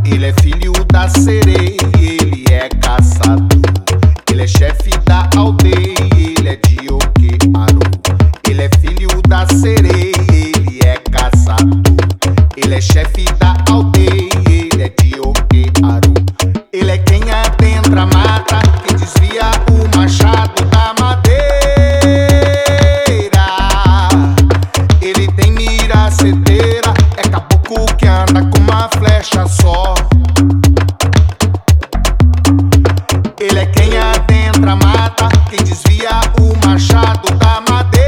Ele é filho da sereia, ele é caçador. Ele é chefe da aldeia, ele é de Okearu. Ele é filho da sereia, ele é caçador. Ele é chefe da aldeia, ele é de Okearu. Ele é quem adentra a mata, quem desvia o machado da madeira. Ele tem mira certeira, é caboclo que anda com uma flecha só. Ele é quem adentra a mata, quem desvia o machado da madeira.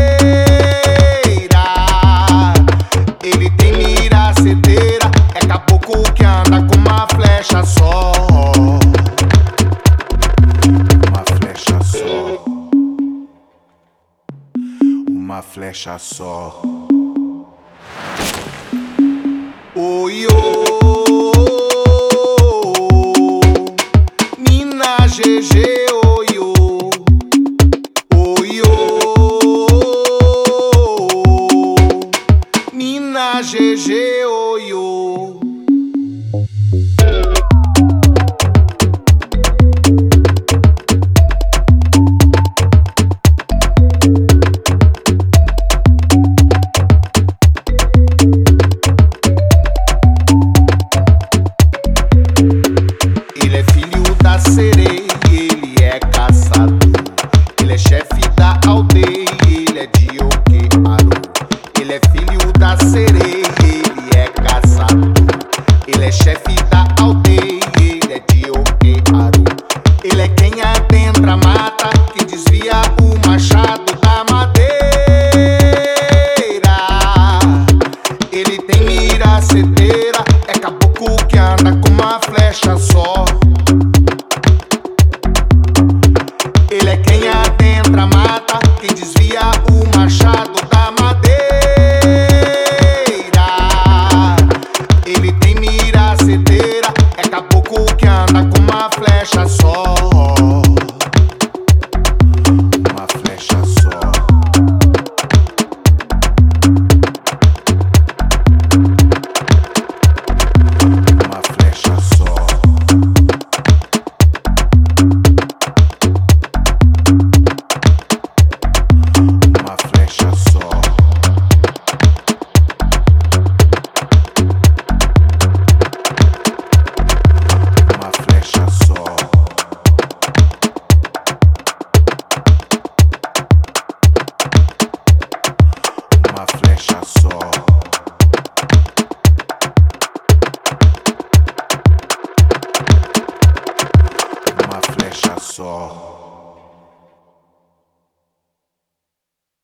Ele tem mira certeira, é caboclo que anda com uma flecha só. Uma flecha só. Uma flecha só. Oi, Nina GG, oi, oi, Nina GG, oi, sereia, ele é caçador. Ele é chefe da aldeia, ele é de Okearu. Ele é filho da sereia, ele é caçador. Ele é chefe da aldeia, ele é de Okearu. Ele é quem adentra a mata, quem desvia o machado da madeira. Ele tem mira certeira, é caboclo que anda com uma flecha só. Ele é quem adentra a mata, quem desvia o machado da madeira. Ele tem mira certeira, é caboclo que anda com uma flecha só. Uma flecha só. Uma flecha só. Uma flecha só. Uma flecha só. Uma flecha só. Uma flecha só.